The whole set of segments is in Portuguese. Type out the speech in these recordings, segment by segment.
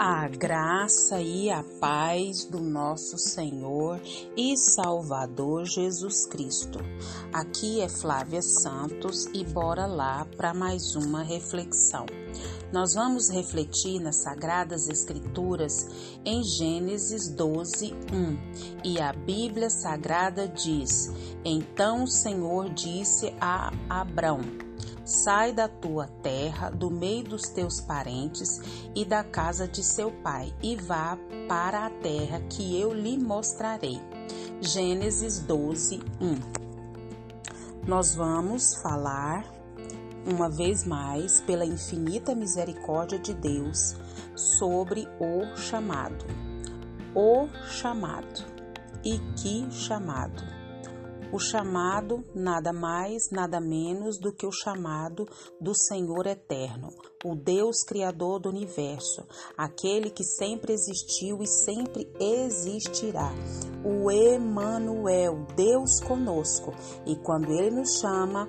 A graça e a paz do nosso Senhor e Salvador Jesus Cristo. Aqui é Flávia Santos e bora lá para mais uma reflexão. Nós vamos refletir nas Sagradas Escrituras em Gênesis 12, 1. E a Bíblia Sagrada diz: Então o Senhor disse a Abrão: Sai da tua terra, do meio dos teus parentes e da casa de seu pai, e vá para a terra que eu lhe mostrarei. Gênesis 12, 1. Nós vamos falar, uma vez mais, pela infinita misericórdia de Deus, sobre o chamado. O chamado. E que chamado? O chamado nada mais, nada menos do que o chamado do Senhor Eterno, o Deus Criador do Universo, aquele que sempre existiu e sempre existirá, o Emanuel, Deus conosco. E quando Ele nos chama,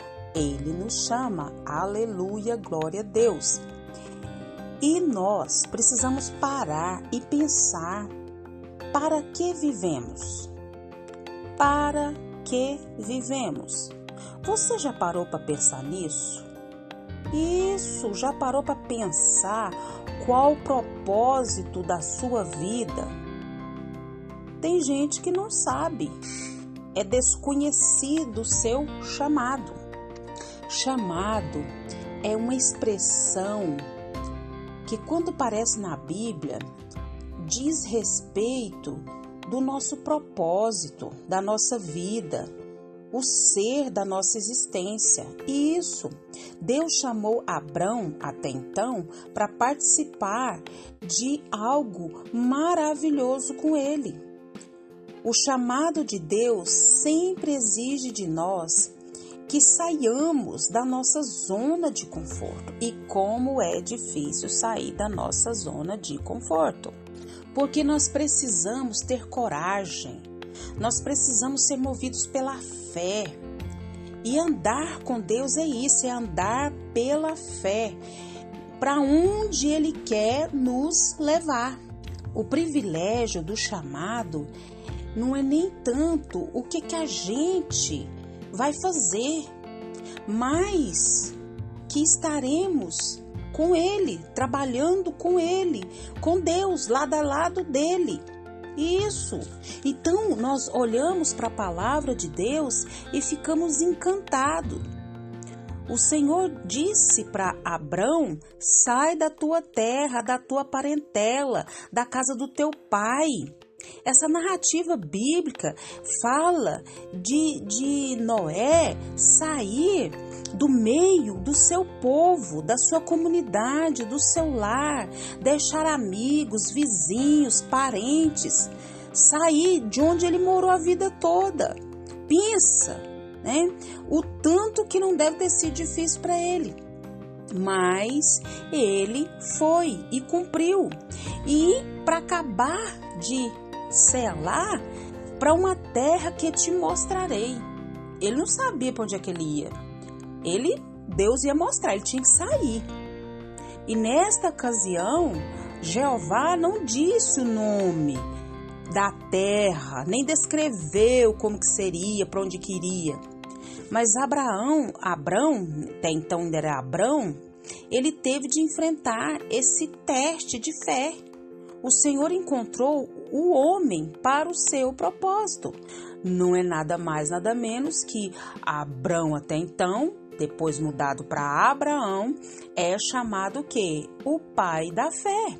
aleluia, glória a Deus. E nós precisamos parar e pensar, para que vivemos? Para que vivemos? Você já parou para pensar nisso? Isso, já parou para pensar qual o propósito da sua vida? Tem gente que não sabe, é desconhecido o seu chamado. Chamado é uma expressão que, quando aparece na Bíblia, diz respeito do nosso propósito, da nossa vida, o ser da nossa existência. E isso, Deus chamou Abrão, até então, para participar de algo maravilhoso com ele. O chamado de Deus sempre exige de nós que saiamos da nossa zona de conforto. E como é difícil sair da nossa zona de conforto. Porque nós precisamos ter coragem, nós precisamos ser movidos pela fé. E andar com Deus é isso, é andar pela fé, para onde Ele quer nos levar. O privilégio do chamado não é nem tanto o que a gente vai fazer, mas que estaremos com Ele, trabalhando com Ele, com Deus, lado a lado dEle. Isso. Então, nós olhamos para a palavra de Deus e ficamos encantados. O Senhor disse para Abrão: sai da tua terra, da tua parentela, da casa do teu pai. Essa narrativa bíblica fala de Noé sair do meio do seu povo, da sua comunidade, do seu lar, deixar amigos, vizinhos, parentes, sair de onde ele morou a vida toda. Pensa, né? O tanto que não deve ter sido difícil para ele. Mas ele foi e cumpriu. E para acabar de selar, para uma terra que te mostrarei. Ele não sabia para onde é que ele ia. Deus ia mostrar, ele tinha que sair. E nesta ocasião, Jeová não disse o nome da terra, nem descreveu como que seria, para onde queria. Mas Abrão, até então ainda era Abrão, ele teve de enfrentar esse teste de fé. O Senhor encontrou o homem para o seu propósito. Não é nada mais, nada menos que Abrão até então, depois mudado para Abraão, é chamado o quê? O pai da fé.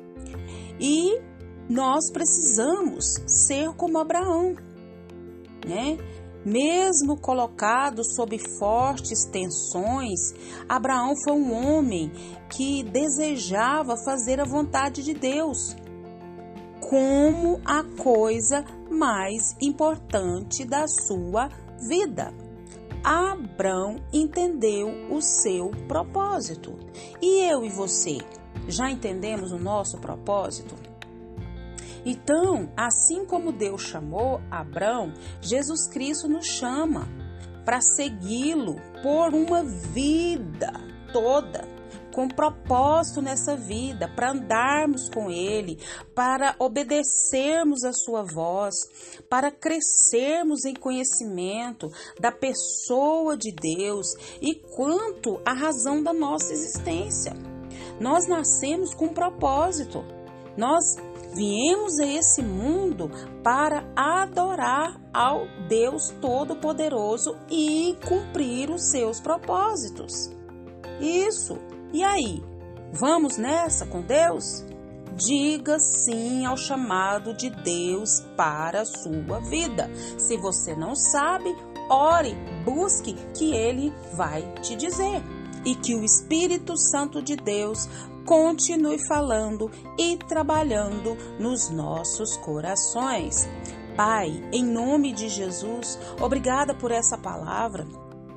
E nós precisamos ser como Abraão, né? Mesmo colocado sob fortes tensões, Abraão foi um homem que desejava fazer a vontade de Deus como a coisa mais importante da sua vida. Abrão entendeu o seu propósito. E eu e você, já entendemos o nosso propósito? Então, assim como Deus chamou Abrão, Jesus Cristo nos chama para segui-lo por uma vida toda, com propósito nessa vida, para andarmos com Ele, para obedecermos a sua voz, para crescermos em conhecimento da pessoa de Deus e quanto à razão da nossa existência. Nós nascemos com propósito. Nós viemos a esse mundo para adorar ao Deus Todo-Poderoso e cumprir os seus propósitos. Isso. E aí? Vamos nessa com Deus? Diga sim ao chamado de Deus para a sua vida. Se você não sabe, ore, busque, que Ele vai te dizer. E que o Espírito Santo de Deus continue falando e trabalhando nos nossos corações. Pai, em nome de Jesus, obrigada por essa palavra.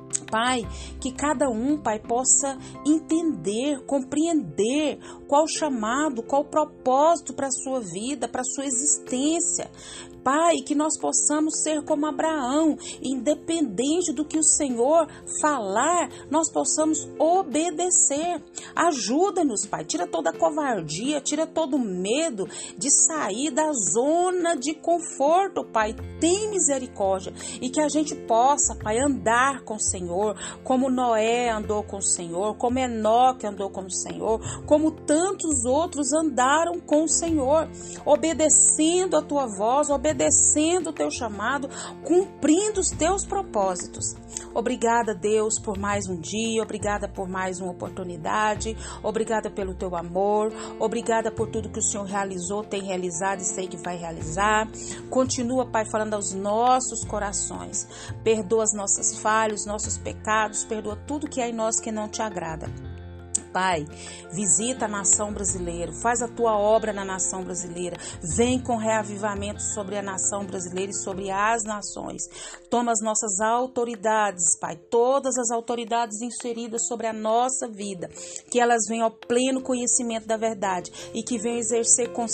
Pai, que cada um, Pai, possa entender, compreender qual o chamado, qual o propósito para a sua vida, para a sua existência. Pai, que nós possamos ser como Abraão, independente do que o Senhor falar, nós possamos obedecer. Ajuda-nos, Pai, tira toda a covardia, tira todo o medo de sair da zona de conforto, Pai. Tem misericórdia e que a gente possa, Pai, andar com o Senhor, como Noé andou com o Senhor, como Enoque andou com o Senhor, como tantos outros andaram com o Senhor, obedecendo a tua voz, obedecendo o teu chamado, cumprindo os teus propósitos. Obrigada, Deus, por mais um dia, obrigada por mais uma oportunidade, obrigada pelo teu amor, obrigada por tudo que o Senhor realizou, tem realizado e sei que vai realizar. Continua, Pai, falando aos nossos corações. Perdoa as nossas falhas, nossos pecados, perdoa tudo que há em nós que não te agrada. Pai, visita a nação brasileira, faz a tua obra na nação brasileira, vem com reavivamento sobre a nação brasileira e sobre as nações. Toma as nossas autoridades, Pai, todas as autoridades inseridas sobre a nossa vida, que elas venham ao pleno conhecimento da verdade e que venham exercer com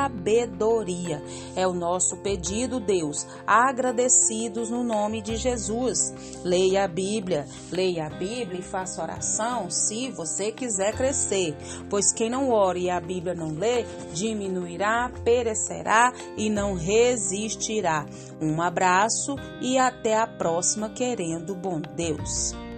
sabedoria. É o nosso pedido, Deus, agradecidos no nome de Jesus. Leia a Bíblia e faça oração se você quiser crescer, pois quem não ora e a Bíblia não lê, diminuirá, perecerá e não resistirá. Um abraço e até a próxima, querendo bom Deus.